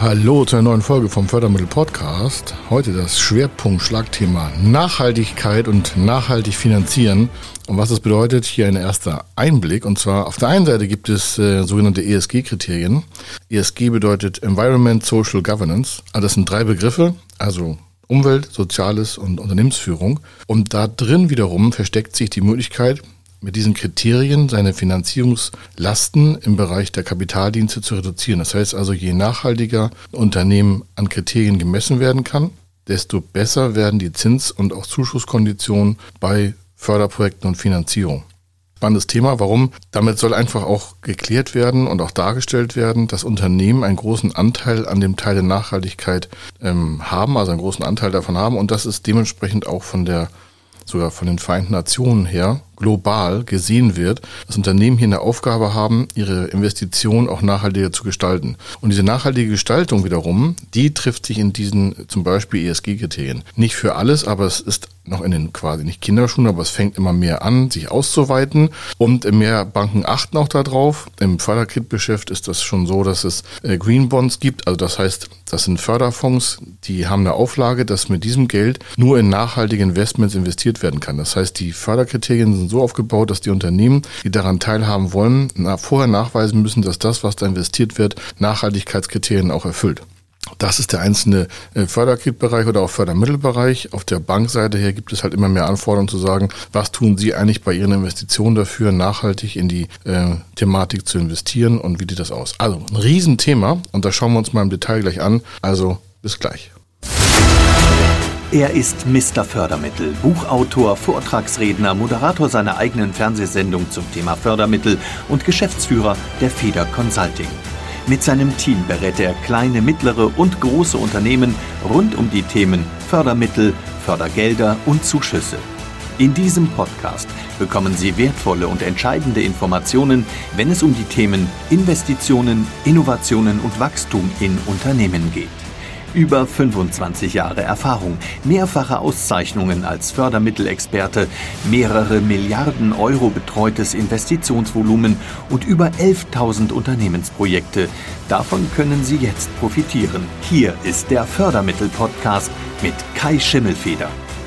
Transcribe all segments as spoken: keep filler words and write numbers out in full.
Hallo zu einer neuen Folge vom Fördermittel-Podcast. Heute das Schwerpunkt-Schlagthema Nachhaltigkeit und nachhaltig finanzieren. Und was das bedeutet, hier ein erster Einblick. Und zwar auf der einen Seite gibt es äh, sogenannte E S G-Kriterien. E S G bedeutet Environment, Social, Governance. Also das sind drei Begriffe, also Umwelt, Soziales und Unternehmensführung. Und da drin wiederum versteckt sich die Möglichkeit, mit diesen Kriterien seine Finanzierungslasten im Bereich der Kapitaldienste zu reduzieren. Das heißt also, je nachhaltiger Unternehmen an Kriterien gemessen werden kann, desto besser werden die Zins- und auch Zuschusskonditionen bei Förderprojekten und Finanzierung. Spannendes Thema. Warum? Damit soll einfach auch geklärt werden und auch dargestellt werden, dass Unternehmen einen großen Anteil an dem Teil der Nachhaltigkeit ähm, haben, also einen großen Anteil davon haben, und das ist dementsprechend auch von der sogar von den Vereinten Nationen her global gesehen wird, dass Unternehmen hier eine Aufgabe haben, ihre Investitionen auch nachhaltiger zu gestalten. Und diese nachhaltige Gestaltung wiederum, die trifft sich in diesen zum Beispiel E S G-Kriterien. Nicht für alles, aber es ist noch in den quasi nicht Kinderschuhen, aber es fängt immer mehr an, sich auszuweiten, und mehr Banken achten auch darauf. Im Förderkreditgeschäft ist das schon so, dass es Green Bonds gibt, also das heißt, das sind Förderfonds, die haben eine Auflage, dass mit diesem Geld nur in nachhaltige Investments investiert werden kann. Das heißt, die Förderkriterien sind so aufgebaut, dass die Unternehmen, die daran teilhaben wollen, vorher nachweisen müssen, dass das, was da investiert wird, Nachhaltigkeitskriterien auch erfüllt. Das ist der einzelne Förderkreditbereich oder auch Fördermittelbereich. Auf der Bankseite her gibt es halt immer mehr Anforderungen zu sagen, was tun Sie eigentlich bei Ihren Investitionen dafür, nachhaltig in die äh, Thematik zu investieren, und wie sieht das aus? Also ein Riesenthema, und das schauen wir uns mal im Detail gleich an. Also bis gleich. Er ist Mister Fördermittel, Buchautor, Vortragsredner, Moderator seiner eigenen Fernsehsendung zum Thema Fördermittel und Geschäftsführer der Feder Consulting. Mit seinem Team berät er kleine, mittlere und große Unternehmen rund um die Themen Fördermittel, Fördergelder und Zuschüsse. In diesem Podcast bekommen Sie wertvolle und entscheidende Informationen, wenn es um die Themen Investitionen, Innovationen und Wachstum in Unternehmen geht. Über fünfundzwanzig Jahre Erfahrung, mehrfache Auszeichnungen als Fördermittelexperte, mehrere Milliarden Euro betreutes Investitionsvolumen und über elftausend Unternehmensprojekte. Davon können Sie jetzt profitieren. Hier ist der Fördermittel-Podcast mit Kai Schimmelfeder.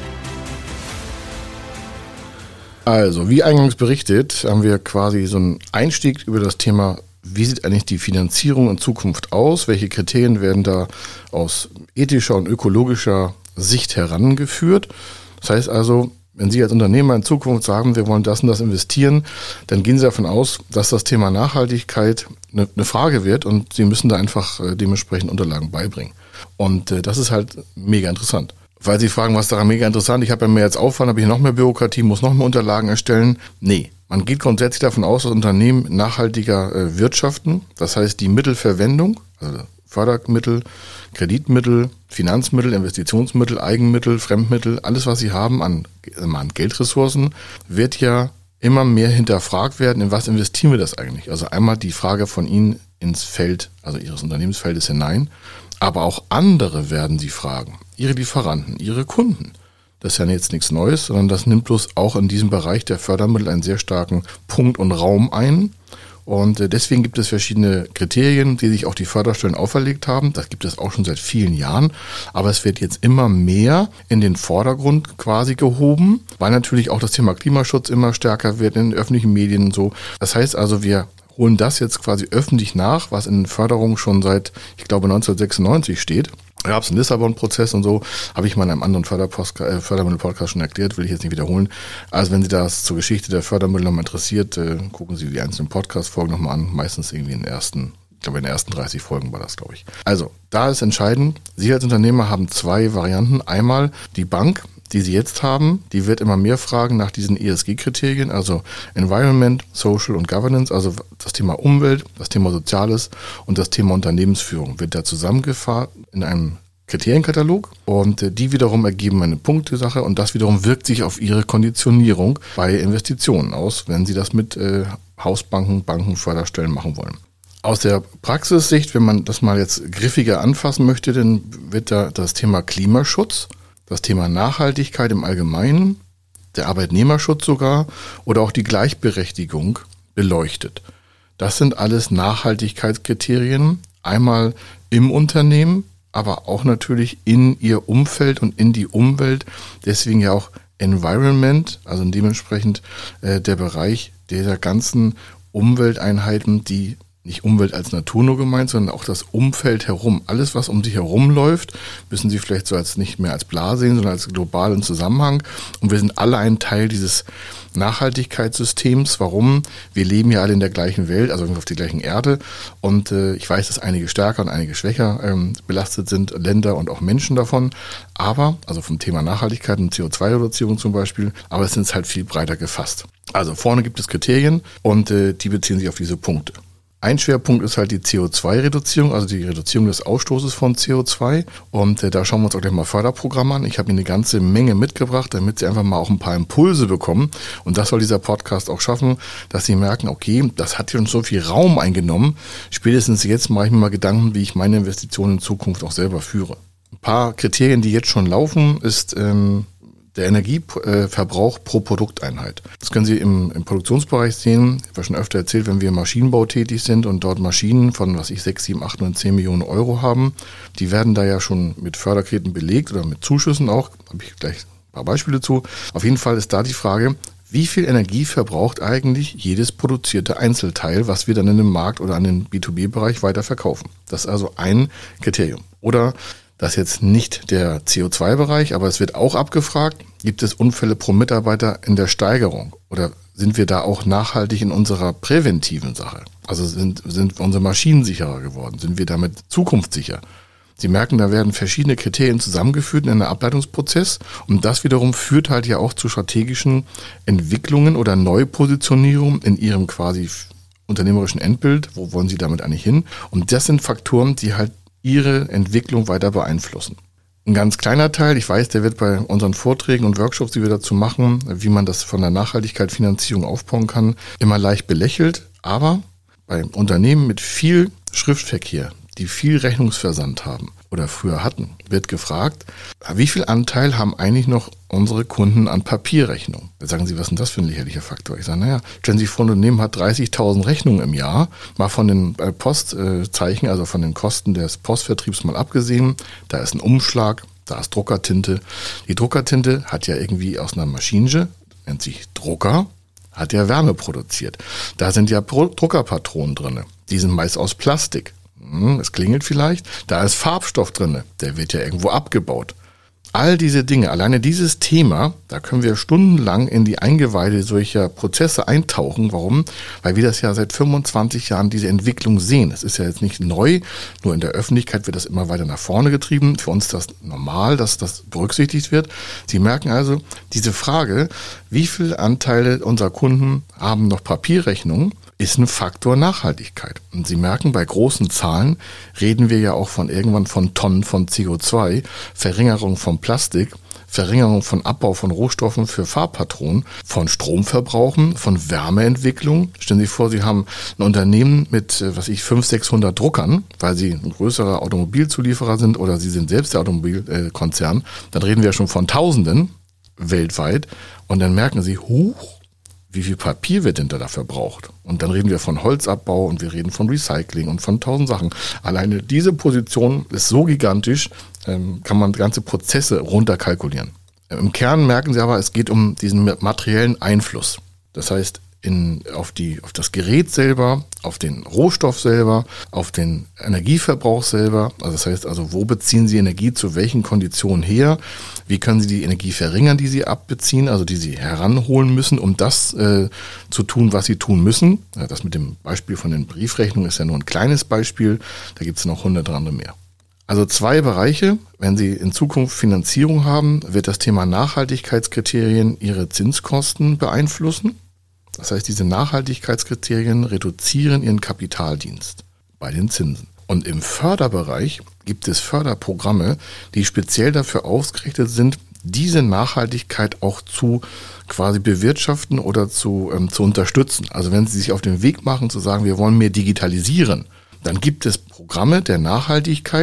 Also, wie eingangs berichtet, haben wir quasi so einen Einstieg über das Thema: Wie sieht eigentlich die Finanzierung in Zukunft aus? Welche Kriterien werden da aus ethischer und ökologischer Sicht herangeführt? Das heißt also, wenn Sie als Unternehmer in Zukunft sagen, wir wollen das und das investieren, dann gehen Sie davon aus, dass das Thema Nachhaltigkeit eine, eine Frage wird, und Sie müssen da einfach äh, dementsprechend Unterlagen beibringen. Und äh, das ist halt mega interessant. Weil Sie fragen, was ist daran mega interessant? Ich habe ja mehr als Aufwand, habe ich noch mehr Bürokratie, muss noch mehr Unterlagen erstellen. Nee. Man geht grundsätzlich davon aus, dass Unternehmen nachhaltiger äh, wirtschaften. Das heißt, die Mittelverwendung, also Fördermittel, Kreditmittel, Finanzmittel, Investitionsmittel, Eigenmittel, Fremdmittel, alles, was sie haben an, an Geldressourcen, wird ja immer mehr hinterfragt werden, in was investieren wir das eigentlich? Also einmal die Frage von Ihnen ins Feld, also Ihres Unternehmensfeldes hinein, aber auch andere werden Sie fragen, Ihre Lieferanten, Ihre Kunden. Das ist ja jetzt nichts Neues, sondern das nimmt bloß auch in diesem Bereich der Fördermittel einen sehr starken Punkt und Raum ein. Und deswegen gibt es verschiedene Kriterien, die sich auch die Förderstellen auferlegt haben. Das gibt es auch schon seit vielen Jahren. Aber es wird jetzt immer mehr in den Vordergrund quasi gehoben, weil natürlich auch das Thema Klimaschutz immer stärker wird in den öffentlichen Medien und so. Das heißt also, wir holen das jetzt quasi öffentlich nach, was in den Förderungen schon seit, ich glaube, neunzehnhundertsechsundneunzig steht. Da gab es einen Lissabon-Prozess und so, habe ich mal in einem anderen Förderpost- äh, Fördermittel-Podcast schon erklärt, will ich jetzt nicht wiederholen. Also wenn Sie das zur Geschichte der Fördermittel nochmal interessiert, äh, gucken Sie die einzelnen Podcast-Folgen nochmal an, meistens irgendwie in den ersten, ich glaube in den ersten dreißig Folgen war das, glaube ich. Also, da ist entscheidend, Sie als Unternehmer haben zwei Varianten. Einmal die Bank, die Sie jetzt haben, die wird immer mehr fragen nach diesen E S G-Kriterien, also Environment, Social und Governance, also das Thema Umwelt, das Thema Soziales und das Thema Unternehmensführung wird da zusammengefasst in einem Kriterienkatalog, und die wiederum ergeben eine Punktesache, und das wiederum wirkt sich auf Ihre Konditionierung bei Investitionen aus, wenn Sie das mit äh, Hausbanken, Banken, Förderstellen machen wollen. Aus der Praxissicht, wenn man das mal jetzt griffiger anfassen möchte, dann wird da das Thema Klimaschutz, das Thema Nachhaltigkeit im Allgemeinen, der Arbeitnehmerschutz sogar oder auch die Gleichberechtigung beleuchtet. Das sind alles Nachhaltigkeitskriterien, einmal im Unternehmen, aber auch natürlich in ihr Umfeld und in die Umwelt. Deswegen ja auch Environment, also dementsprechend äh, der Bereich dieser ganzen Umwelteinheiten, die nicht Umwelt als Natur nur gemeint, sondern auch das Umfeld herum. Alles, was um sich herum läuft, müssen Sie vielleicht so als nicht mehr als Blase sehen, sondern als globalen Zusammenhang. Und wir sind alle ein Teil dieses Nachhaltigkeitssystems. Warum? Wir leben ja alle in der gleichen Welt, also auf der gleichen Erde. Und äh, ich weiß, dass einige stärker und einige schwächer ähm, belastet sind, Länder und auch Menschen davon. Aber, also vom Thema Nachhaltigkeit und C O zwei Reduzierung zum Beispiel, aber es sind halt viel breiter gefasst. Also vorne gibt es Kriterien und äh, die beziehen sich auf diese Punkte. Ein Schwerpunkt ist halt die C O zwei Reduzierung, also die Reduzierung des Ausstoßes von C O zwei. Und äh, da schauen wir uns auch gleich mal Förderprogramme an. Ich habe Ihnen eine ganze Menge mitgebracht, damit Sie einfach mal auch ein paar Impulse bekommen. Und das soll dieser Podcast auch schaffen, dass Sie merken, okay, das hat schon so viel Raum eingenommen. Spätestens jetzt mache ich mir mal Gedanken, wie ich meine Investitionen in Zukunft auch selber führe. Ein paar Kriterien, die jetzt schon laufen, ist ähm, der Energieverbrauch pro Produkteinheit. Das können Sie im, im Produktionsbereich sehen. Ich habe schon öfter erzählt, wenn wir im Maschinenbau tätig sind und dort Maschinen von, was ich, sechs, sieben, acht, neun, zehn Millionen Euro haben, die werden da ja schon mit Förderkrediten belegt oder mit Zuschüssen auch. Da habe ich gleich ein paar Beispiele zu. Auf jeden Fall ist da die Frage, wie viel Energie verbraucht eigentlich jedes produzierte Einzelteil, was wir dann in den Markt oder an den B zwei B-Bereich weiter verkaufen? Das ist also ein Kriterium. Oder das ist jetzt nicht der C O zwei Bereich, aber es wird auch abgefragt, gibt es Unfälle pro Mitarbeiter in der Steigerung oder sind wir da auch nachhaltig in unserer präventiven Sache? Also sind, sind unsere Maschinen sicherer geworden? Sind wir damit zukunftssicher? Sie merken, da werden verschiedene Kriterien zusammengeführt in einem Ableitungsprozess und das wiederum führt halt ja auch zu strategischen Entwicklungen oder Neupositionierungen in Ihrem quasi unternehmerischen Endbild. Wo wollen Sie damit eigentlich hin? Und das sind Faktoren, die halt Ihre Entwicklung weiter beeinflussen. Ein ganz kleiner Teil, ich weiß, der wird bei unseren Vorträgen und Workshops, die wir dazu machen, wie man das von der Nachhaltigkeit Finanzierung aufbauen kann, immer leicht belächelt. Aber bei Unternehmen mit viel Schriftverkehr, die viel Rechnungsversand haben oder früher hatten, wird gefragt, wie viel Anteil haben eigentlich noch unsere Kunden an Papierrechnungen? Da sagen Sie, was ist denn das für ein lächerlicher Faktor? Ich sage, naja, stellen Sie sich vor, ein Unternehmen hat dreißigtausend Rechnungen im Jahr, mal von den Postzeichen, also von den Kosten des Postvertriebs mal abgesehen, da ist ein Umschlag, da ist Druckertinte. Die Druckertinte hat ja irgendwie aus einer Maschine, nennt sich Drucker, hat ja Wärme produziert. Da sind ja Druckerpatronen drin, die sind meist aus Plastik. Es klingelt vielleicht, da ist Farbstoff drin, der wird ja irgendwo abgebaut. All diese Dinge, alleine dieses Thema, da können wir stundenlang in die Eingeweide solcher Prozesse eintauchen. Warum? Weil wir das ja seit fünfundzwanzig Jahren diese Entwicklung sehen. Es ist ja jetzt nicht neu, nur in der Öffentlichkeit wird das immer weiter nach vorne getrieben. Für uns ist das normal, dass das berücksichtigt wird. Sie merken also, diese Frage, wie viele Anteile unserer Kunden haben noch Papierrechnungen, ist ein Faktor Nachhaltigkeit. Und Sie merken, bei großen Zahlen reden wir ja auch von irgendwann von Tonnen von C O zwei, Verringerung von Plastik, Verringerung von Abbau von Rohstoffen für Farbpatronen, von Stromverbrauchen, von Wärmeentwicklung. Stellen Sie sich vor, Sie haben ein Unternehmen mit, was ich, fünfhundert, sechshundert Druckern, weil Sie ein größerer Automobilzulieferer sind oder Sie sind selbst der Automobilkonzern. Dann reden wir schon von Tausenden weltweit und dann merken Sie, huch, wie viel Papier wird denn da verbraucht? Und dann reden wir von Holzabbau und wir reden von Recycling und von tausend Sachen. Alleine diese Position ist so gigantisch, ähm, kann man ganze Prozesse runterkalkulieren. Im Kern merken Sie aber, es geht um diesen materiellen Einfluss. Das heißt, in, auf, die, auf das Gerät selber, auf den Rohstoff selber, auf den Energieverbrauch selber. Also das heißt also, wo beziehen Sie Energie zu welchen Konditionen her? Wie können Sie die Energie verringern, die Sie abbeziehen, also die Sie heranholen müssen, um das äh, zu tun, was Sie tun müssen? Ja, das mit dem Beispiel von den Briefrechnungen ist ja nur ein kleines Beispiel, da gibt es noch hunderte andere mehr. Also zwei Bereiche, wenn Sie in Zukunft Finanzierung haben, wird das Thema Nachhaltigkeitskriterien Ihre Zinskosten beeinflussen. Das heißt, diese Nachhaltigkeitskriterien reduzieren ihren Kapitaldienst bei den Zinsen. Und im Förderbereich gibt es Förderprogramme, die speziell dafür ausgerichtet sind, diese Nachhaltigkeit auch zu quasi bewirtschaften oder zu, ähm, zu unterstützen. Also wenn Sie sich auf den Weg machen, zu sagen, wir wollen mehr digitalisieren, dann gibt es Programme der Nachhaltigkeit,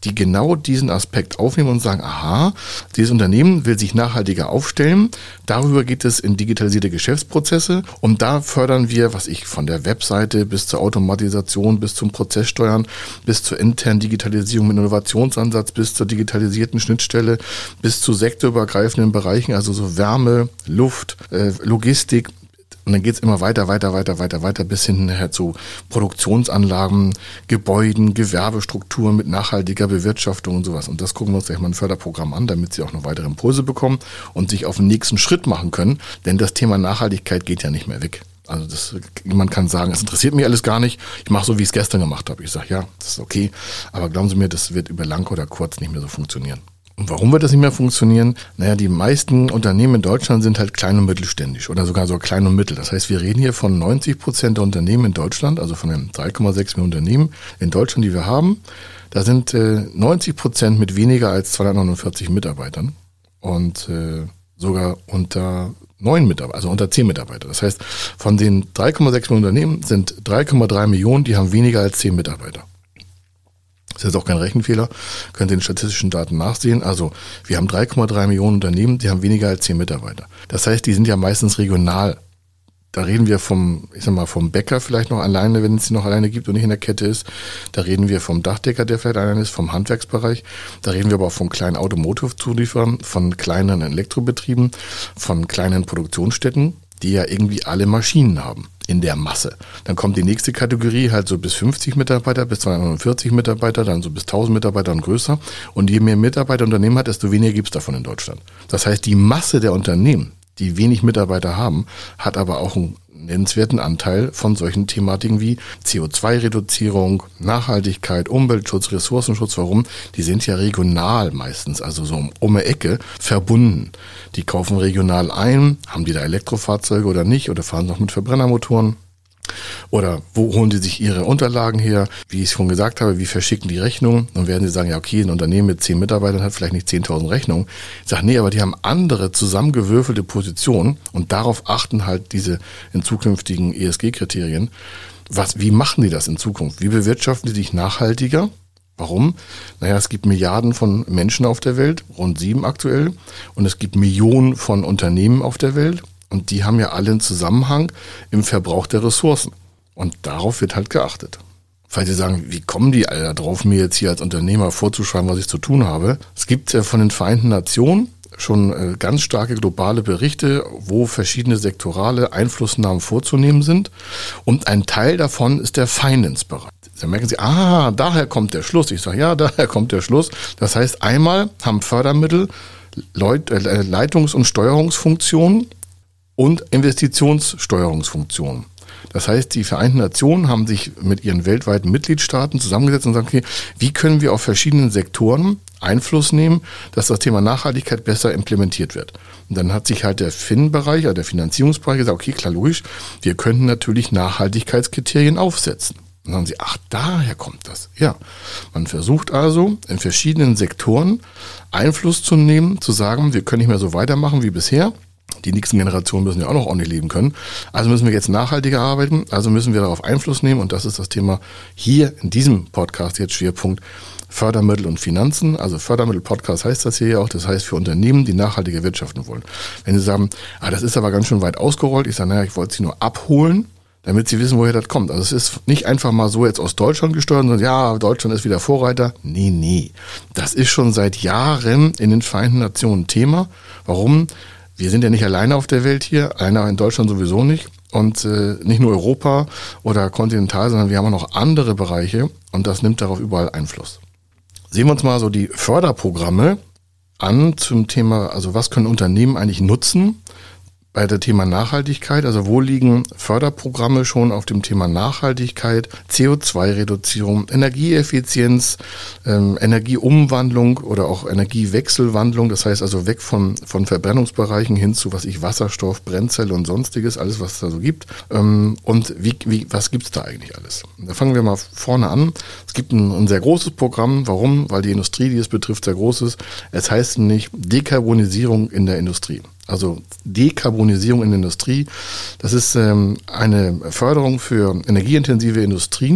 die genau diesen Aspekt aufnehmen und sagen, aha, dieses Unternehmen will sich nachhaltiger aufstellen. Darüber geht es in digitalisierte Geschäftsprozesse und da fördern wir, was ich von der Webseite bis zur Automatisation, bis zum Prozesssteuern, bis zur internen Digitalisierung mit Innovationsansatz, bis zur digitalisierten Schnittstelle, bis zu sektorübergreifenden Bereichen, also so Wärme, Luft, äh, Logistik. Und dann geht's immer weiter, weiter, weiter, weiter, weiter bis hin nachher zu Produktionsanlagen, Gebäuden, Gewerbestrukturen mit nachhaltiger Bewirtschaftung und sowas. Und das gucken wir uns gleich mal ein Förderprogramm an, damit Sie auch noch weitere Impulse bekommen und sich auf den nächsten Schritt machen können. Denn das Thema Nachhaltigkeit geht ja nicht mehr weg. Also das, man kann sagen, es interessiert mich alles gar nicht. Ich mache so, wie ich es gestern gemacht habe. Ich sage, ja, das ist okay. Aber glauben Sie mir, das wird über lang oder kurz nicht mehr so funktionieren. Und warum wird das nicht mehr funktionieren? Naja, die meisten Unternehmen in Deutschland sind halt klein und mittelständisch oder sogar so klein und mittel. Das heißt, wir reden hier von neunzig Prozent der Unternehmen in Deutschland, also von den drei Komma sechs Millionen Unternehmen in Deutschland, die wir haben. Da sind äh, neunzig Prozent mit weniger als zweihundertneunundvierzig Mitarbeitern und äh, sogar unter neun Mitarbeiter, also unter zehn Mitarbeiter. Das heißt, von den drei Komma sechs Millionen Unternehmen sind drei Komma drei Millionen, die haben weniger als zehn Mitarbeiter. Das ist auch kein Rechenfehler, könnt ihr in den statistischen Daten nachsehen. Also wir haben drei Komma drei Millionen Unternehmen, die haben weniger als zehn Mitarbeiter. Das heißt, die sind ja meistens regional. Da reden wir vom, ich sag mal, vom Bäcker vielleicht noch alleine, wenn es sie noch alleine gibt und nicht in der Kette ist. Da reden wir vom Dachdecker, der vielleicht alleine ist, vom Handwerksbereich. Da reden wir aber auch von kleinen Automotive-Zulieferern, von kleinen Elektrobetrieben, von kleinen Produktionsstätten, die ja irgendwie alle Maschinen haben in der Masse. Dann kommt die nächste Kategorie halt so bis fünfzig Mitarbeiter, bis zweihundertvierzig Mitarbeiter, dann so bis tausend Mitarbeiter und größer. Und je mehr Mitarbeiter ein Unternehmen hat, desto weniger gibt es davon in Deutschland. Das heißt, die Masse der Unternehmen, die wenig Mitarbeiter haben, hat aber auch einen nennenswerten Anteil von solchen Thematiken wie C O zwei Reduzierung, Nachhaltigkeit, Umweltschutz, Ressourcenschutz. Warum? Die sind ja regional meistens, also so um, um eine Ecke verbunden. Die kaufen regional ein, haben die da Elektrofahrzeuge oder nicht oder fahren noch mit Verbrennermotoren? Oder wo holen die sich ihre Unterlagen her? Wie ich schon gesagt habe, wie verschicken die Rechnungen? Dann werden sie sagen, ja okay, ein Unternehmen mit zehn Mitarbeitern hat vielleicht nicht zehntausend Rechnungen. Ich sage, nee, aber die haben andere zusammengewürfelte Positionen und darauf achten halt diese in zukünftigen E S G-Kriterien. Was, wie machen die das in Zukunft? Wie bewirtschaften die sich nachhaltiger? Warum? Naja, es gibt Milliarden von Menschen auf der Welt, rund sieben aktuell, und es gibt Millionen von Unternehmen auf der Welt. Und die haben ja alle einen Zusammenhang im Verbrauch der Ressourcen. Und darauf wird halt geachtet. Falls Sie sagen, wie kommen die alle darauf, mir jetzt hier als Unternehmer vorzuschreiben, was ich zu tun habe? Es gibt äh, von den Vereinten Nationen schon äh, ganz starke globale Berichte, wo verschiedene sektorale Einflussnahmen vorzunehmen sind. Und ein Teil davon ist der Finance-Bereich. Da merken Sie, ah, daher kommt der Schluss. Ich sage, ja, daher kommt der Schluss. Das heißt, einmal haben Fördermittel Leut- äh, Leitungs- und Steuerungsfunktionen und Investitionssteuerungsfunktionen. Das heißt, die Vereinten Nationen haben sich mit ihren weltweiten Mitgliedstaaten zusammengesetzt und sagen, okay, wie können wir auf verschiedenen Sektoren Einfluss nehmen, dass das Thema Nachhaltigkeit besser implementiert wird. Und dann hat sich halt der F I N-Bereich, also der Finanzierungsbereich gesagt, okay, klar, logisch, wir könnten natürlich Nachhaltigkeitskriterien aufsetzen. Und dann sagen sie, ach, daher kommt das. Ja, man versucht also in verschiedenen Sektoren Einfluss zu nehmen, zu sagen, wir können nicht mehr so weitermachen wie bisher. Die nächsten Generationen müssen ja auch noch ordentlich leben können. Also müssen wir jetzt nachhaltiger arbeiten, also müssen wir darauf Einfluss nehmen und das ist das Thema hier in diesem Podcast jetzt Schwerpunkt Fördermittel und Finanzen. Also Fördermittel-Podcast heißt das hier ja auch, das heißt für Unternehmen, die nachhaltiger wirtschaften wollen. Wenn Sie sagen, ah, das ist aber ganz schön weit ausgerollt, ich sage, naja, ich wollte Sie nur abholen, damit Sie wissen, woher das kommt. Also es ist nicht einfach mal so jetzt aus Deutschland gesteuert, sondern ja, Deutschland ist wieder Vorreiter. Nee, nee. Das ist schon seit Jahren in den Vereinten Nationen Thema. Warum? Wir sind ja nicht alleine auf der Welt hier, alleine in Deutschland sowieso nicht und äh, nicht nur Europa oder kontinental, sondern wir haben auch noch andere Bereiche und das nimmt darauf überall Einfluss. Sehen wir uns mal so die Förderprogramme an zum Thema, also was können Unternehmen eigentlich nutzen bei der Thema Nachhaltigkeit, also wo liegen Förderprogramme schon auf dem Thema Nachhaltigkeit, C O zwei Reduzierung, Energieeffizienz, ähm, Energieumwandlung oder auch Energiewechselwandlung, das heißt also weg von, von Verbrennungsbereichen hin zu, was ich Wasserstoff, Brennzelle und sonstiges, alles was es da so gibt. Ähm, und wie, wie, was gibt's da eigentlich alles? Da fangen wir mal vorne an. Es gibt ein, ein sehr großes Programm. Warum? Weil die Industrie, die es betrifft, sehr groß ist. Es heißt nämlich Dekarbonisierung in der Industrie. Also Dekarbonisierung in der Industrie, das ist ähm, eine Förderung für energieintensive Industrien.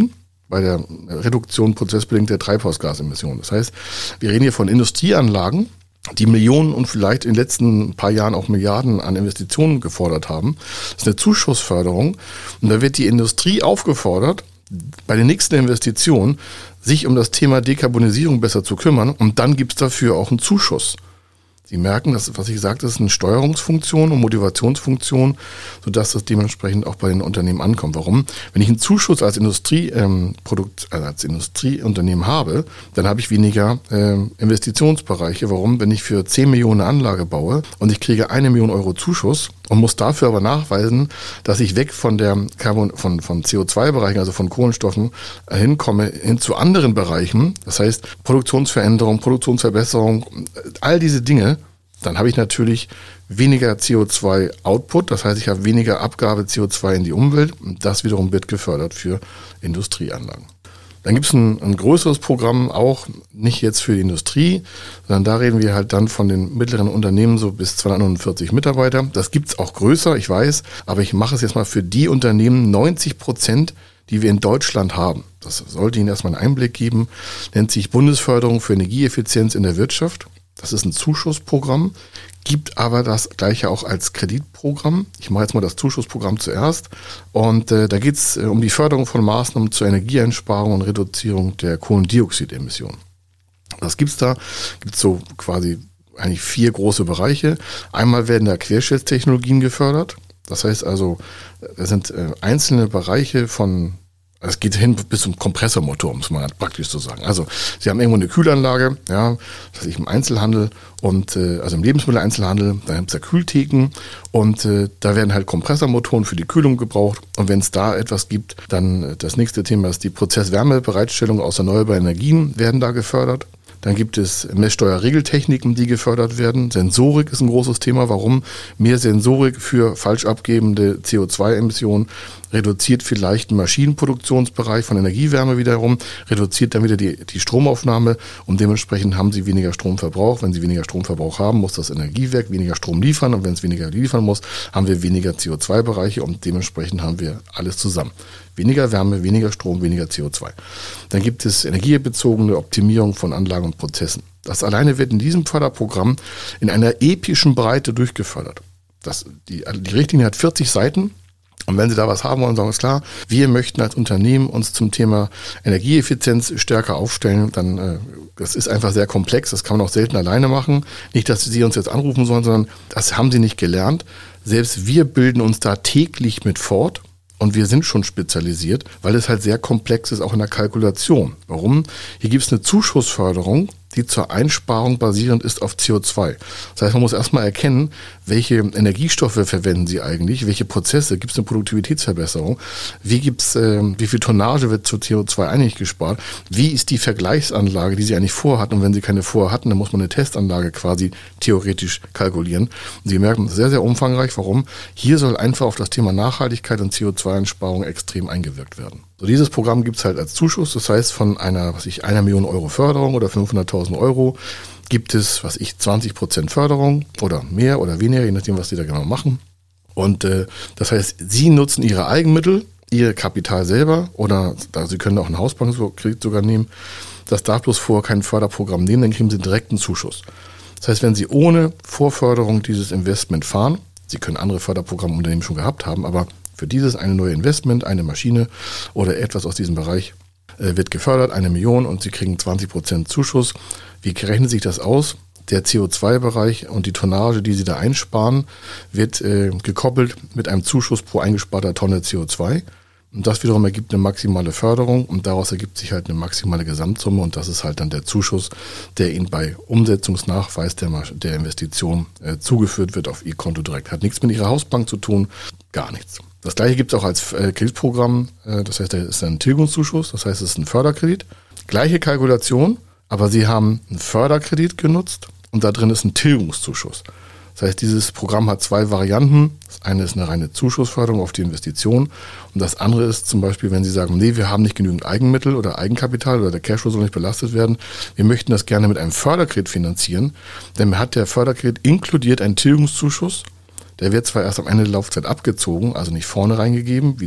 bei der Reduktion prozessbedingter Treibhausgasemissionen. Das heißt, wir reden hier von Industrieanlagen, die Millionen und vielleicht in den letzten paar Jahren auch Milliarden an Investitionen gefordert haben. Das ist eine Zuschussförderung. Und da wird die Industrie aufgefordert, bei der nächsten Investition sich um das Thema Dekarbonisierung besser zu kümmern. Und dann gibt es dafür auch einen Zuschuss. Sie merken, dass, was ich sagte, ist eine Steuerungsfunktion und Motivationsfunktion, sodass das dementsprechend auch bei den Unternehmen ankommt. Warum? Wenn ich einen Zuschuss als Industrie, ähm, Produkt, also als Industrieunternehmen habe, dann habe ich weniger ähm, Investitionsbereiche. Warum? Wenn ich für zehn Millionen eine Anlage baue und ich kriege eine Million Euro Zuschuss und muss dafür aber nachweisen, dass ich weg von der Carbon, von, von C O zwei Bereichen, also von Kohlenstoffen, äh, hinkomme, hin zu anderen Bereichen. Das heißt, Produktionsveränderung, Produktionsverbesserung, all diese Dinge, dann habe ich natürlich weniger C O zwei Output, das heißt, ich habe weniger Abgabe C O zwei in die Umwelt und das wiederum wird gefördert für Industrieanlagen. Dann gibt es ein, ein größeres Programm, auch nicht jetzt für die Industrie, sondern da reden wir halt dann von den mittleren Unternehmen so bis zweihundertneunundvierzig Mitarbeiter. Das gibt es auch größer, ich weiß, aber ich mache es jetzt mal für die Unternehmen neunzig Prozent, die wir in Deutschland haben. Das sollte Ihnen erstmal einen Einblick geben, nennt sich Bundesförderung für Energieeffizienz in der Wirtschaft. Das ist ein Zuschussprogramm, gibt aber das gleiche auch als Kreditprogramm. Ich mache jetzt mal das Zuschussprogramm zuerst. Und äh, da geht es äh, um die Förderung von Maßnahmen zur Energieeinsparung und Reduzierung der Kohlendioxidemissionen. Was gibt's da? Gibt es so quasi eigentlich vier große Bereiche. Einmal werden da Querschnittstechnologien gefördert. Das heißt also, das sind äh, einzelne Bereiche von... Es geht hin bis zum Kompressormotor, muss man praktisch so sagen. Also Sie haben irgendwo eine Kühlanlage, ja, das heißt im Einzelhandel und äh, also im Lebensmitteleinzelhandel, da gibt es ja Kühltheken und äh, da werden halt Kompressormotoren für die Kühlung gebraucht. Und wenn es da etwas gibt, dann äh, das nächste Thema ist die Prozesswärmebereitstellung aus erneuerbaren Energien werden da gefördert. Dann gibt es Messsteuerregeltechniken, die gefördert werden. Sensorik ist ein großes Thema. Warum? Mehr Sensorik für falsch abgebende C O zwei Emissionen reduziert vielleicht den Maschinenproduktionsbereich von Energiewärme wiederum, reduziert dann wieder die, die Stromaufnahme und dementsprechend haben Sie weniger Stromverbrauch. Wenn Sie weniger Stromverbrauch haben, muss das Energiewerk weniger Strom liefern und wenn es weniger liefern muss, haben wir weniger C O zwei Bereiche und dementsprechend haben wir alles zusammen. Weniger Wärme, weniger Strom, weniger C O zwei. Dann gibt es energiebezogene Optimierung von Anlagen und Prozessen. Das alleine wird in diesem Förderprogramm in einer epischen Breite durchgefördert. Das, die, die Richtlinie hat vierzig Seiten. Und wenn Sie da was haben wollen, sagen wir es klar, wir möchten als Unternehmen uns zum Thema Energieeffizienz stärker aufstellen, dann äh, das ist einfach sehr komplex, das kann man auch selten alleine machen. Nicht, dass Sie uns jetzt anrufen sollen, sondern das haben Sie nicht gelernt. Selbst wir bilden uns da täglich mit fort. Und wir sind schon spezialisiert, weil es halt sehr komplex ist, auch in der Kalkulation. Warum? Hier gibt es eine Zuschussförderung, die zur Einsparung basierend ist auf C O zwei. Das heißt, man muss erstmal erkennen, welche Energiestoffe verwenden Sie eigentlich, welche Prozesse, gibt es eine Produktivitätsverbesserung, wie gibt's, äh, wie viel Tonnage wird zu C O zwei eigentlich gespart, wie ist die Vergleichsanlage, die Sie eigentlich vorhatten und wenn Sie keine vorhatten, dann muss man eine Testanlage quasi theoretisch kalkulieren. Und Sie merken, sehr, sehr umfangreich. Warum? Hier soll einfach auf das Thema Nachhaltigkeit und C O zwei Einsparung extrem eingewirkt werden. So, dieses Programm gibt es halt als Zuschuss, das heißt von einer, was ich, einer Million Euro Förderung oder fünfhunderttausend Euro gibt es, was ich, zwanzig Prozent Förderung oder mehr oder weniger, je nachdem, was Sie da genau machen. Und äh, das heißt, Sie nutzen Ihre Eigenmittel, Ihr Kapital selber oder da, Sie können auch einen Hausbankkredit sogar nehmen. Das darf bloß vorher kein Förderprogramm nehmen, dann kriegen Sie direkt einen Zuschuss. Das heißt, wenn Sie ohne Vorförderung dieses Investment fahren, Sie können andere Förderprogrammunternehmen schon gehabt haben, aber für dieses eine neue Investment, eine Maschine oder etwas aus diesem Bereich äh, wird gefördert, eine Million und Sie kriegen zwanzig Prozent Zuschuss. Wie rechnet sich das aus? Der C O zwei Bereich und die Tonnage, die Sie da einsparen, wird äh, gekoppelt mit einem Zuschuss pro eingesparter Tonne C O zwei. Und das wiederum ergibt eine maximale Förderung und daraus ergibt sich halt eine maximale Gesamtsumme und das ist halt dann der Zuschuss, der Ihnen bei Umsetzungsnachweis der, der Investition äh, zugeführt wird auf Ihr Konto direkt. Hat nichts mit Ihrer Hausbank zu tun, gar nichts. Das gleiche gibt es auch als äh, Kreditprogramm, äh, das heißt, da ist ein Tilgungszuschuss, das heißt, es ist ein Förderkredit. Gleiche Kalkulation, aber Sie haben einen Förderkredit genutzt und da drin ist ein Tilgungszuschuss. Das heißt, dieses Programm hat zwei Varianten. Das eine ist eine reine Zuschussförderung auf die Investition und das andere ist zum Beispiel, wenn Sie sagen, nee, wir haben nicht genügend Eigenmittel oder Eigenkapital oder der Cashflow soll nicht belastet werden, wir möchten das gerne mit einem Förderkredit finanzieren, dann hat der Förderkredit inkludiert einen Tilgungszuschuss. Der wird zwar erst am Ende der Laufzeit abgezogen, also nicht vorne reingegeben, wie das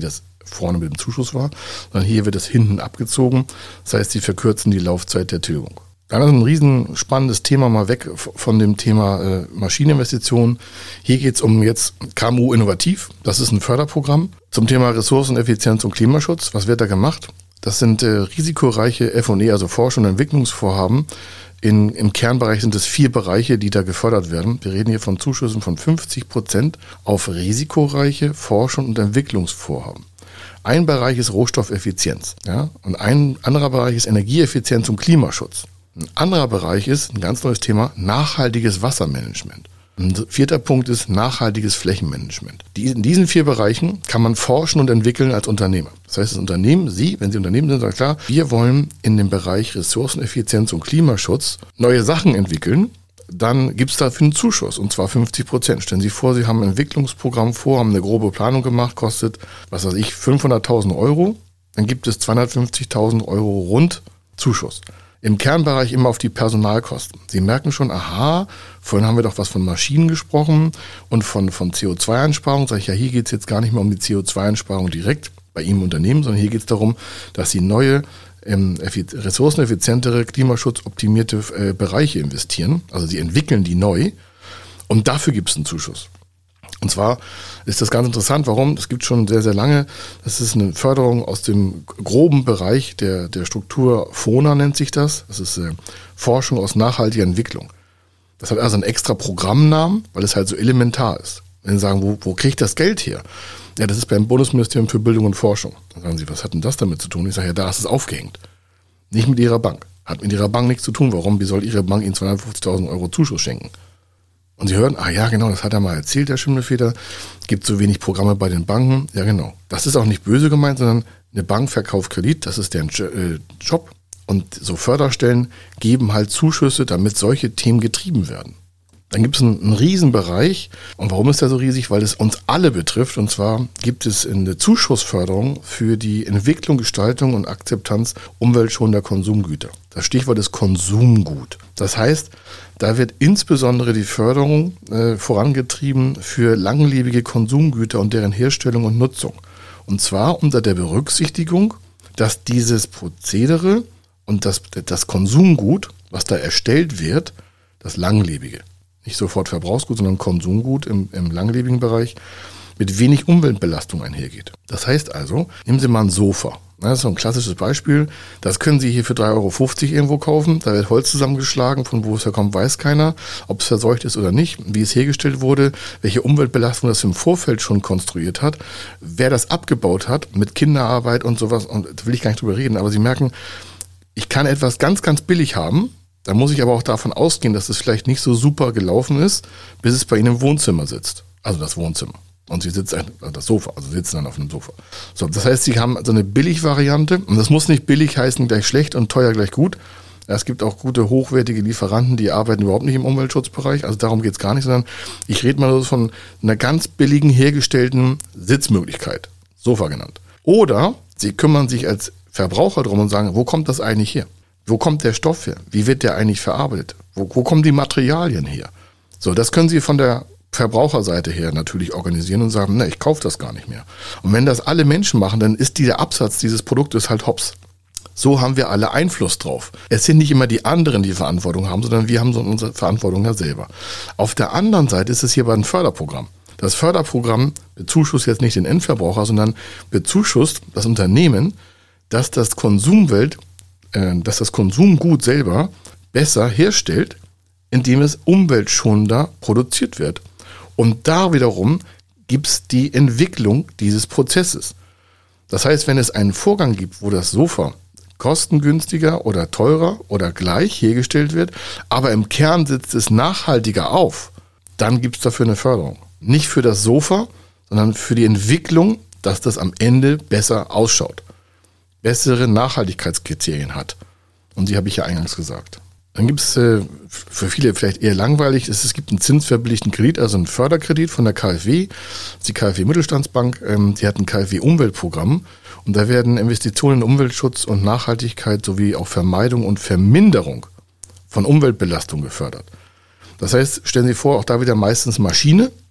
vorne mit dem Zuschuss war, sondern hier wird es hinten abgezogen. Das heißt, sie verkürzen die Laufzeit der Tilgung. Dann ist ein riesen spannendes Thema mal weg von dem Thema äh, Maschineninvestitionen. Hier geht es um jetzt K M U Innovativ. Das ist ein Förderprogramm zum Thema Ressourceneffizienz und Klimaschutz. Was wird da gemacht? Das sind äh, risikoreiche F und E, also Forschung und Entwicklungsvorhaben. In, Im Kernbereich sind es vier Bereiche, die da gefördert werden. Wir reden hier von Zuschüssen von fünfzig Prozent auf risikoreiche Forschung und Entwicklungsvorhaben. Ein Bereich ist Rohstoffeffizienz, ja, und ein anderer Bereich ist Energieeffizienz und Klimaschutz. Ein anderer Bereich ist ein ganz neues Thema, nachhaltiges Wassermanagement. Ein vierter Punkt ist nachhaltiges Flächenmanagement. Die, in diesen vier Bereichen kann man forschen und entwickeln als Unternehmer. Das heißt, das Unternehmen, Sie, wenn Sie Unternehmen sind, sagen klar, wir wollen in dem Bereich Ressourceneffizienz und Klimaschutz neue Sachen entwickeln. Dann gibt es dafür einen Zuschuss, und zwar fünfzig Prozent. Stellen Sie vor, Sie haben ein Entwicklungsprogramm vor, haben eine grobe Planung gemacht, kostet, was weiß ich, fünfhunderttausend Euro. Dann gibt es zweihundertfünfzigtausend Euro rund Zuschuss. Im Kernbereich immer auf die Personalkosten. Sie merken schon, aha, vorhin haben wir doch was von Maschinen gesprochen und von, von C O zwei Einsparung. Sag ich, ja, hier geht es jetzt gar nicht mehr um die C O zwei Einsparung direkt bei Ihnen im Unternehmen, sondern hier geht es darum, dass Sie neue, ähm, ressourceneffizientere, klimaschutzoptimierte äh, Bereiche investieren. Also Sie entwickeln die neu und dafür gibt es einen Zuschuss. Und zwar ist das ganz interessant. Warum? Das gibt es schon sehr, sehr lange. Das ist eine Förderung aus dem groben Bereich der, der Struktur FONA nennt sich das. Das ist äh, Forschung aus nachhaltiger Entwicklung. Das hat also einen extra Programmnamen, weil es halt so elementar ist. Wenn Sie sagen, wo, wo kriege ich das Geld her? Ja, das ist beim Bundesministerium für Bildung und Forschung. Dann sagen Sie, was hat denn das damit zu tun? Ich sage, ja, da ist es aufgehängt. Nicht mit Ihrer Bank. Hat mit Ihrer Bank nichts zu tun. Warum? Wie soll Ihre Bank Ihnen zweihundertfünfzigtausend Euro Zuschuss schenken? Und Sie hören, ah ja, genau, das hat er mal erzählt, der Schimmelfeder. Gibt so wenig Programme bei den Banken. Ja, genau. Das ist auch nicht böse gemeint, sondern eine Bank verkauft Kredit, das ist deren Job. Und so Förderstellen geben halt Zuschüsse, damit solche Themen getrieben werden. Dann gibt es einen, einen Riesenbereich. Und warum ist der so riesig? Weil es uns alle betrifft. Und zwar gibt es eine Zuschussförderung für die Entwicklung, Gestaltung und Akzeptanz umweltschonender Konsumgüter. Das Stichwort ist Konsumgut. Das heißt, da wird insbesondere die Förderung äh, vorangetrieben für langlebige Konsumgüter und deren Herstellung und Nutzung. Und zwar unter der Berücksichtigung, dass dieses Prozedere und das, das Konsumgut, was da erstellt wird, das langlebige, nicht sofort Verbrauchsgut, sondern Konsumgut im, im langlebigen Bereich, mit wenig Umweltbelastung einhergeht. Das heißt also, nehmen Sie mal ein Sofa. Das ist so ein klassisches Beispiel. Das können Sie hier für drei Euro fünfzig irgendwo kaufen. Da wird Holz zusammengeschlagen. Von wo es herkommt, weiß keiner. Ob es verseucht ist oder nicht. Wie es hergestellt wurde. Welche Umweltbelastung das im Vorfeld schon konstruiert hat. Wer das abgebaut hat. Mit Kinderarbeit und sowas. Und da will ich gar nicht drüber reden. Aber Sie merken, ich kann etwas ganz, ganz billig haben. Da muss ich aber auch davon ausgehen, dass es vielleicht nicht so super gelaufen ist, bis es bei Ihnen im Wohnzimmer sitzt. Also das Wohnzimmer. Und sie sitzt, also das Sofa, also sitzen dann auf einem Sofa. So, das heißt, sie haben so eine Billigvariante. Und das muss nicht billig heißen gleich schlecht und teuer gleich gut. Es gibt auch gute, hochwertige Lieferanten, die arbeiten überhaupt nicht im Umweltschutzbereich. Also darum geht es gar nicht, sondern ich rede mal so von einer ganz billigen, hergestellten Sitzmöglichkeit. Sofa genannt. Oder sie kümmern sich als Verbraucher drum und sagen, wo kommt das eigentlich her? Wo kommt der Stoff her? Wie wird der eigentlich verarbeitet? Wo, wo kommen die Materialien her? So, das können Sie von der Verbraucherseite her natürlich organisieren und sagen, ne, ich kaufe das gar nicht mehr. Und wenn das alle Menschen machen, dann ist dieser Absatz dieses Produktes halt hops. So haben wir alle Einfluss drauf. Es sind nicht immer die anderen, die Verantwortung haben, sondern wir haben so unsere Verantwortung ja selber. Auf der anderen Seite ist es hierbei ein Förderprogramm. Das Förderprogramm bezuschusst jetzt nicht den Endverbraucher, sondern bezuschusst das Unternehmen, dass das Konsumwelt, äh, dass das Konsumgut selber besser herstellt, indem es umweltschonender produziert wird. Und da wiederum gibt es die Entwicklung dieses Prozesses. Das heißt, wenn es einen Vorgang gibt, wo das Sofa kostengünstiger oder teurer oder gleich hergestellt wird, aber im Kern sitzt es nachhaltiger auf, dann gibt es dafür eine Förderung. Nicht für das Sofa, sondern für die Entwicklung, dass das am Ende besser ausschaut. Bessere Nachhaltigkeitskriterien hat. Und die habe ich ja eingangs gesagt. Dann gibt es äh, für viele vielleicht eher langweilig, es, es gibt einen zinsverbilligten Kredit, also einen Förderkredit von der K f W, die K f W Mittelstandsbank, ähm, die hat ein K f W Umweltprogramm und da werden Investitionen in Umweltschutz und Nachhaltigkeit sowie auch Vermeidung und Verminderung von Umweltbelastung gefördert. Das heißt, stellen Sie vor, auch da wieder meistens Maschine,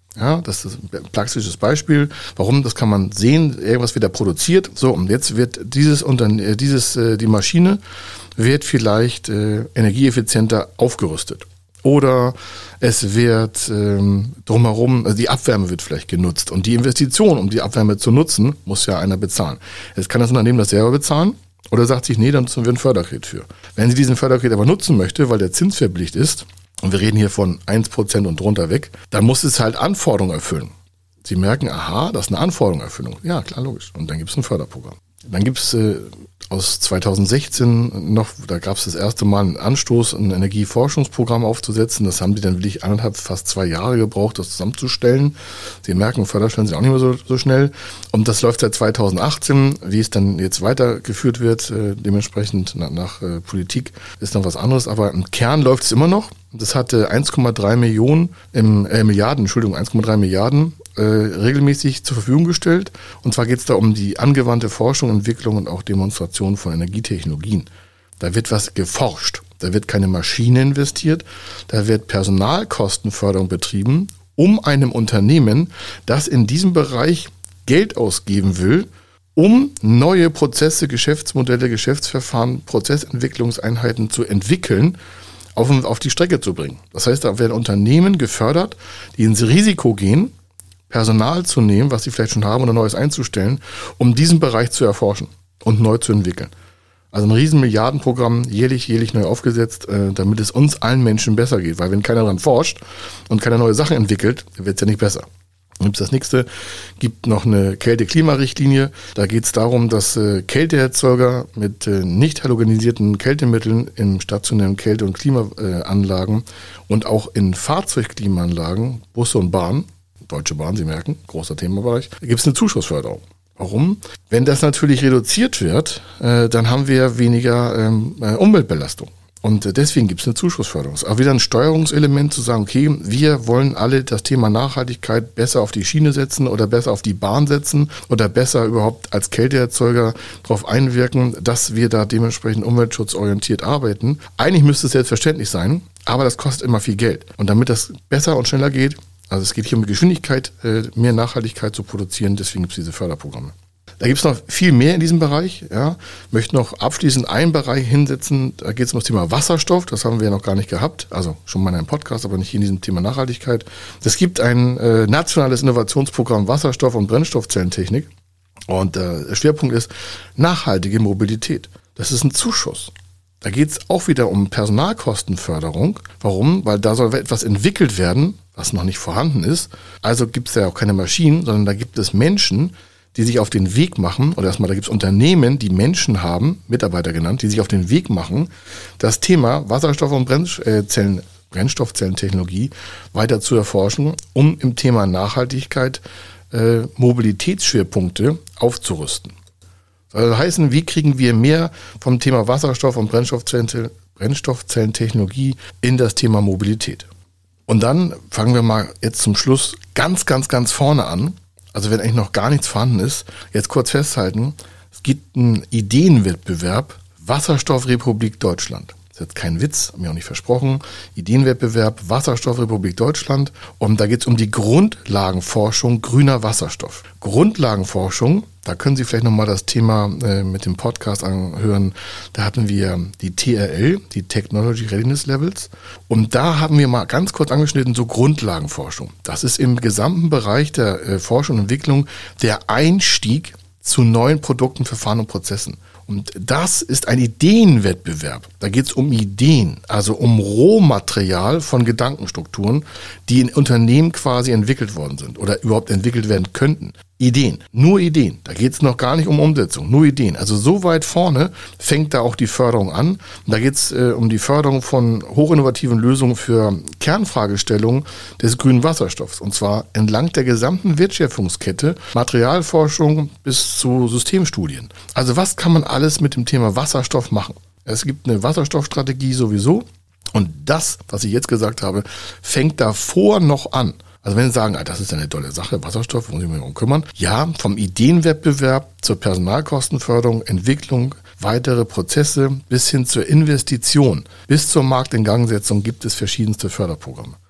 Ja, das ist ein plastisches Beispiel. Warum? Das kann man sehen. Irgendwas wird da produziert. So, und jetzt wird dieses, dieses, die Maschine wird vielleicht äh, energieeffizienter aufgerüstet. Oder es wird ähm, drumherum, also die Abwärme wird vielleicht genutzt. Und die Investition, um die Abwärme zu nutzen, muss ja einer bezahlen. Jetzt kann das Unternehmen das selber bezahlen. Oder sagt sich, nee, dann nutzen wir ein Förderkredit für. Wenn sie diesen Förderkredit aber nutzen möchte, weil der Zins verpflichtet ist, und wir reden hier von ein Prozent und drunter weg, dann muss es halt Anforderungen erfüllen. Sie merken, aha, das ist eine Anforderungserfüllung. Ja, klar, logisch. Und dann gibt es ein Förderprogramm. Dann gibt es äh, aus zweitausendsechzehn noch, da gab es das erste Mal einen Anstoß, ein Energieforschungsprogramm aufzusetzen. Das haben die dann wirklich anderthalb, fast zwei Jahre gebraucht, das zusammenzustellen. Sie merken, Förderstellen sind auch nicht mehr so, so schnell. Und das läuft seit zweitausendachtzehn. Wie es dann jetzt weitergeführt wird, äh, dementsprechend nach, nach äh, Politik, ist noch was anderes. Aber im Kern läuft es immer noch. Das hatte eins Komma drei Millionen, im, äh, Milliarden, Entschuldigung, eins Komma drei Milliarden äh, regelmäßig zur Verfügung gestellt. Und zwar geht es da um die angewandte Forschung, Entwicklung und auch Demonstration von Energietechnologien. Da wird was geforscht. Da wird keine Maschine investiert. Da wird Personalkostenförderung betrieben, um einem Unternehmen, das in diesem Bereich Geld ausgeben will, um neue Prozesse, Geschäftsmodelle, Geschäftsverfahren, Prozessentwicklungseinheiten zu entwickeln, auf, auf die Strecke zu bringen. Das heißt, da werden Unternehmen gefördert, die ins Risiko gehen, Personal zu nehmen, was sie vielleicht schon haben, oder Neues einzustellen, um diesen Bereich zu erforschen und neu zu entwickeln. Also ein riesen Milliardenprogramm, jährlich, jährlich neu aufgesetzt, äh, damit es uns allen Menschen besser geht. Weil wenn keiner daran forscht und keine neue Sachen entwickelt, wird es ja nicht besser. Dann gibt's das nächste, gibt noch eine Kälte-Klima-Richtlinie. Da geht es darum, dass äh, Kälteerzeuger mit äh, nicht halogenisierten Kältemitteln in stationären Kälte- und Klimaanlagen und auch in Fahrzeugklimaanlagen, Busse und Bahnen, Deutsche Bahn, Sie merken, großer Themenbereich, da gibt es eine Zuschussförderung. Warum? Wenn das natürlich reduziert wird, äh, dann haben wir weniger ähm, äh, Umweltbelastung. Und deswegen gibt es eine Zuschussförderung. Es ist auch wieder ein Steuerungselement zu sagen, okay, wir wollen alle das Thema Nachhaltigkeit besser auf die Schiene setzen oder besser auf die Bahn setzen oder besser überhaupt als Kälteerzeuger darauf einwirken, dass wir da dementsprechend umweltschutzorientiert arbeiten. Eigentlich müsste es selbstverständlich sein, aber das kostet immer viel Geld. Und damit das besser und schneller geht, also es geht hier um die Geschwindigkeit, mehr Nachhaltigkeit zu produzieren, deswegen gibt es diese Förderprogramme. Da gibt es noch viel mehr in diesem Bereich. Ja. Ich möchte noch abschließend einen Bereich hinsetzen, da geht es um das Thema Wasserstoff, das haben wir ja noch gar nicht gehabt, also schon mal in einem Podcast, aber nicht in diesem Thema Nachhaltigkeit. Es gibt ein äh, nationales Innovationsprogramm Wasserstoff- und Brennstoffzellentechnik und äh, der Schwerpunkt ist nachhaltige Mobilität. Das ist ein Zuschuss. Da geht es auch wieder um Personalkostenförderung. Warum? Weil da soll etwas entwickelt werden, was noch nicht vorhanden ist. Also gibt es ja auch keine Maschinen, sondern da gibt es Menschen, die sich auf den Weg machen, oder erstmal, da gibt es Unternehmen, die Menschen haben, Mitarbeiter genannt, die sich auf den Weg machen, das Thema Wasserstoff- und Brennzellen, Brennstoffzellentechnologie weiter zu erforschen, um im Thema Nachhaltigkeit äh, Mobilitätsschwerpunkte aufzurüsten. Das soll heißen, wie kriegen wir mehr vom Thema Wasserstoff- und Brennstoffzellen, Brennstoffzellentechnologie in das Thema Mobilität. Und dann fangen wir mal jetzt zum Schluss ganz, ganz, ganz vorne an. Also wenn eigentlich noch gar nichts vorhanden ist, jetzt kurz festhalten, es gibt einen Ideenwettbewerb Wasserstoffrepublik Deutschland. Das ist jetzt kein Witz, habe ich auch nicht versprochen. Ideenwettbewerb Wasserstoffrepublik Deutschland. Und da geht es um die Grundlagenforschung grüner Wasserstoff. Grundlagenforschung, da können Sie vielleicht nochmal das Thema äh, mit dem Podcast anhören. Da hatten wir die T R L, die Technology Readiness Levels. Und da haben wir mal ganz kurz angeschnitten, so Grundlagenforschung. Das ist im gesamten Bereich der äh, Forschung und Entwicklung der Einstieg zu neuen Produkten, Verfahren und Prozessen. Und das ist ein Ideenwettbewerb. Da geht es um Ideen, also um Rohmaterial von Gedankenstrukturen, die in Unternehmen quasi entwickelt worden sind oder überhaupt entwickelt werden könnten. Ideen, nur Ideen. Da geht es noch gar nicht um Umsetzung, nur Ideen. Also so weit vorne fängt da auch die Förderung an. Und da geht es äh, um die Förderung von hochinnovativen Lösungen für Kernfragestellungen des grünen Wasserstoffs. Und zwar entlang der gesamten Wertschöpfungskette, Materialforschung bis zu Systemstudien. Also was kann man alles mit dem Thema Wasserstoff machen? Es gibt eine Wasserstoffstrategie sowieso. Und das, was ich jetzt gesagt habe, fängt davor noch an. Also wenn Sie sagen, ah, das ist eine tolle Sache, Wasserstoff, muss ich mich darum kümmern. Ja, vom Ideenwettbewerb zur Personalkostenförderung, Entwicklung, weitere Prozesse bis hin zur Investition, bis zur Marktingangsetzung gibt es verschiedenste Förderprogramme.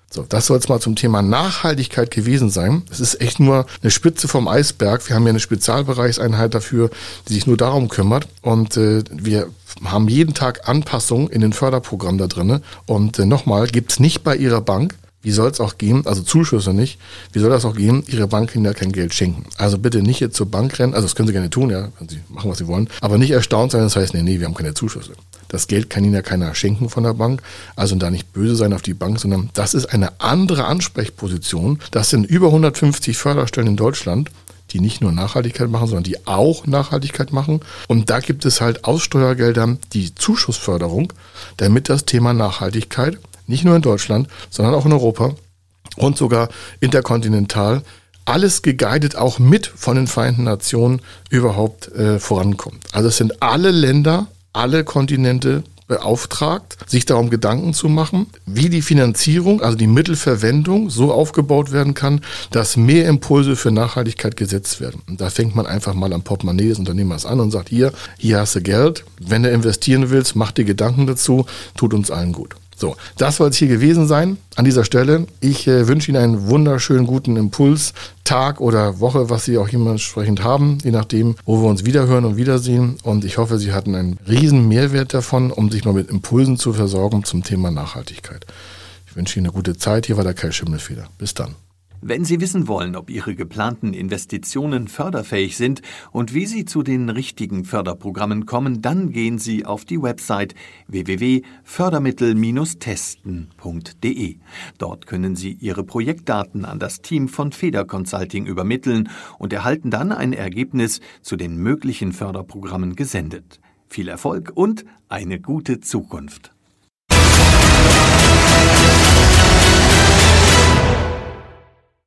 So, das soll es mal zum Thema Nachhaltigkeit gewesen sein. Es ist echt nur eine Spitze vom Eisberg. Wir haben ja eine Spezialbereichseinheit dafür, die sich nur darum kümmert. Und äh, wir haben jeden Tag Anpassungen in den Förderprogrammen da drin. Und äh, nochmal, gibt es nicht bei Ihrer Bank. Wie soll es auch gehen, also Zuschüsse nicht, wie soll das auch gehen, Ihre Bank kann ja kein Geld schenken. Also bitte nicht jetzt zur Bank rennen, also das können Sie gerne tun, ja, können Sie machen, was Sie wollen, aber nicht erstaunt sein, das heißt, nee, nee, wir haben keine Zuschüsse. Das Geld kann Ihnen ja keiner schenken von der Bank, also da nicht böse sein auf die Bank, sondern das ist eine andere Ansprechposition. Das sind über hundertfünfzig Förderstellen in Deutschland, die nicht nur Nachhaltigkeit machen, sondern die auch Nachhaltigkeit machen. Und da gibt es halt aus Steuergeldern die Zuschussförderung, damit das Thema Nachhaltigkeit nicht nur in Deutschland, sondern auch in Europa und sogar interkontinental, alles geguidet auch mit von den Vereinten Nationen überhaupt äh, vorankommt. Also es sind alle Länder, alle Kontinente beauftragt, sich darum Gedanken zu machen, wie die Finanzierung, also die Mittelverwendung so aufgebaut werden kann, dass mehr Impulse für Nachhaltigkeit gesetzt werden. Und da fängt man einfach mal am Portemonnaie des Unternehmers an und sagt, hier, hier hast du Geld, wenn du investieren willst, mach dir Gedanken dazu, tut uns allen gut. So, das soll es hier gewesen sein an dieser Stelle. Ich äh, wünsche Ihnen einen wunderschönen guten Impuls, Tag oder Woche, was Sie auch entsprechend haben, je nachdem, wo wir uns wiederhören und wiedersehen. Und ich hoffe, Sie hatten einen riesen Mehrwert davon, um sich mal mit Impulsen zu versorgen zum Thema Nachhaltigkeit. Ich wünsche Ihnen eine gute Zeit. Hier war der Kai Schimmelfeder. Bis dann. Wenn Sie wissen wollen, ob Ihre geplanten Investitionen förderfähig sind und wie Sie zu den richtigen Förderprogrammen kommen, dann gehen Sie auf die Website w w w punkt fördermittel Bindestrich testen punkt d e. Dort können Sie Ihre Projektdaten an das Team von Feder Consulting übermitteln und erhalten dann ein Ergebnis zu den möglichen Förderprogrammen gesendet. Viel Erfolg und eine gute Zukunft!